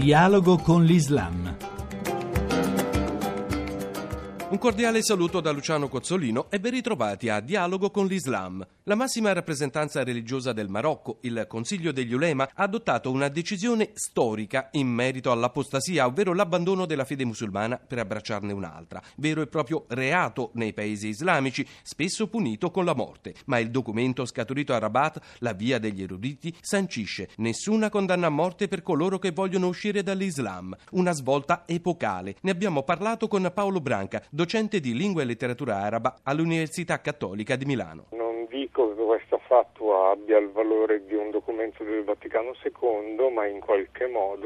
Dialogo con l'Islam. Un cordiale saluto da Luciano Cozzolino e ben ritrovati a Dialogo con l'Islam. La massima rappresentanza religiosa del Marocco, il Consiglio degli Ulema, ha adottato una decisione storica in merito all'apostasia, ovvero l'abbandono della fede musulmana per abbracciarne un'altra. Vero e proprio reato nei paesi islamici, spesso punito con la morte. Ma il documento scaturito a Rabat, la via degli eruditi, sancisce nessuna condanna a morte per coloro che vogliono uscire dall'Islam. Una svolta epocale. Ne abbiamo parlato con Paolo Branca, docente di lingua e letteratura araba all'Università Cattolica di Milano. Non dico che questa fatua abbia il valore di un documento del Vaticano II, ma in qualche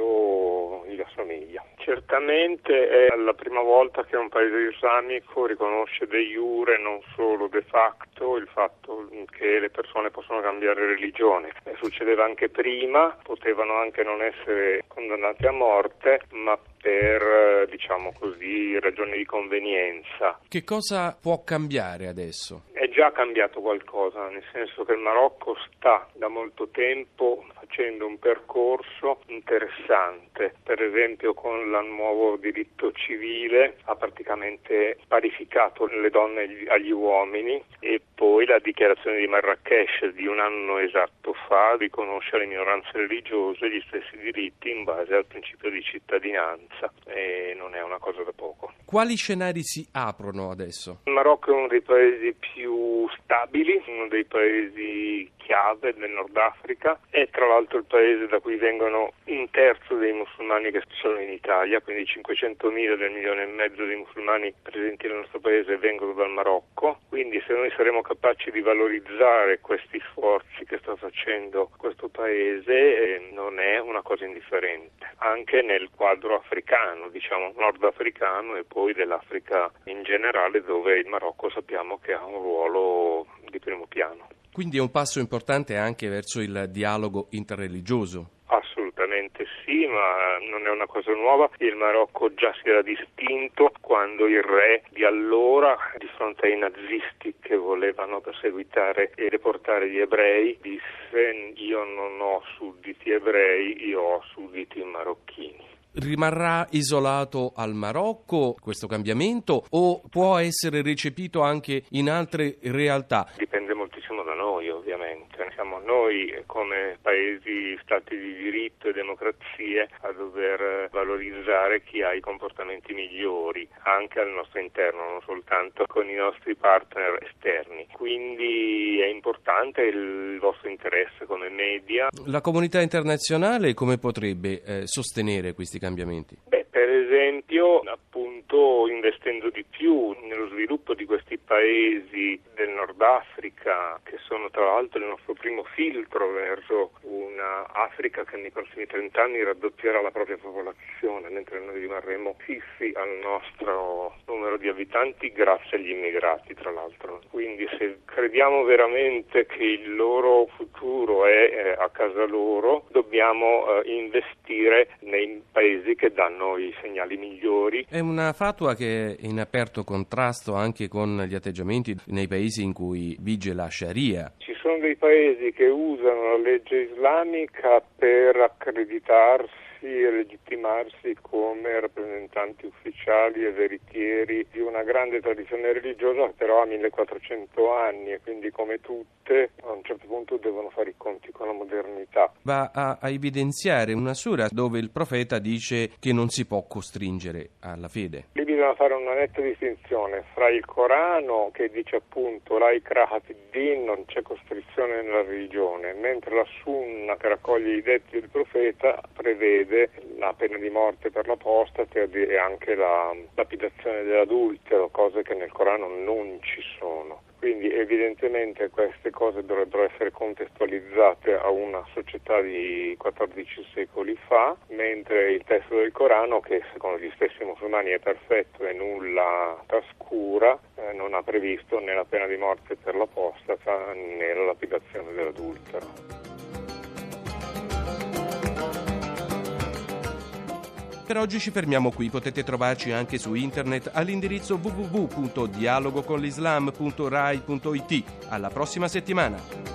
modo gli assomiglia. Certamente è la prima volta che un paese islamico riconosce de jure, non solo de facto, il fatto che le persone possono cambiare religione. Succedeva anche prima, potevano anche non essere condannate a morte, ma per, ragioni di convenienza. Che cosa può cambiare adesso? È già cambiato qualcosa, nel senso che il Marocco sta da molto tempo facendo un percorso interessante. Per esempio con il nuovo diritto civile ha praticamente parificato le donne agli uomini, e poi la dichiarazione di Marrakech di un anno esatto fa riconosce alle minoranze religiose gli stessi diritti in base al principio di cittadinanza, e non è una cosa da poco. Quali scenari si aprono adesso? Il Marocco è uno dei paesi più stabili, uno dei paesi chiave del Nord Africa, è tra l'altro il paese da cui vengono un terzo dei musulmani che sono in Italia, quindi 500.000 del 1,5 milioni di musulmani presenti nel nostro paese vengono dal Marocco. Quindi se noi saremo capaci di valorizzare questi sforzi che sta facendo questo paese, non è una cosa indifferente, anche nel quadro africano, nordafricano, e poi dell'Africa in generale, dove il Marocco sappiamo che ha un ruolo di primo piano. Quindi è un passo importante anche verso il dialogo interreligioso. Assolutamente sì, ma non è una cosa nuova. Il Marocco già si era distinto quando il re di allora, di fronte ai nazisti che volevano perseguitare e deportare gli ebrei, disse: io non ho sudditi ebrei, io ho sudditi marocchini. Rimarrà isolato al Marocco questo cambiamento o può essere recepito anche in altre realtà? Dipende moltissimo da noi, ovviamente. Siamo noi come paesi, stati di diritto e democrazie a dover valorizzare chi ha i comportamenti migliori anche al nostro interno, non soltanto con i nostri partner esterni. Quindi è importante il vostro interesse come media. La comunità internazionale come potrebbe sostenere questi cambiamenti? Per esempio, appunto, investendo di più nello sviluppo di questi paesi del Nord Africa, che sono tra l'altro il nostro primo filtro verso una Africa che nei prossimi 30 anni raddoppierà la propria popolazione, mentre noi rimarremo fissi al nostro numero di abitanti grazie agli immigrati, tra l'altro. Quindi se crediamo veramente che il loro futuro è a casa loro, dobbiamo investire nei paesi che danno i segnali migliori. È una fatua che è in aperto contrasto anche con gli atteggiamenti nei paesi in cui vige la Sharia. Ci sono dei paesi che usano la legge islamica per accreditarsi e legittimarsi come rappresentanti ufficiali e veritieri di una grande tradizione religiosa, però ha 1400 anni, e quindi come tutte a un certo punto devono fare i conti con la modernità. Va a evidenziare una sura dove il profeta dice che non si può costringere alla fede. Lì bisogna fare una netta distinzione fra il Corano, che dice appunto la ikraha fid din, non c'è costrizione nella religione, mentre la Sunna, che raccoglie i detti del profeta, prevede la pena di morte per l'apostate e anche la lapidazione dell'adultero, cose che nel Corano non ci sono. Quindi evidentemente queste cose dovrebbero essere contestualizzate a una società di 14 secoli fa, mentre il testo del Corano, che secondo gli stessi musulmani è perfetto e nulla trascura, non ha previsto né la pena di morte per l'apostata né la lapidazione dell'adultero. Per oggi ci fermiamo qui, potete trovarci anche su internet all'indirizzo www.dialogoconlislam.rai.it. Alla prossima settimana!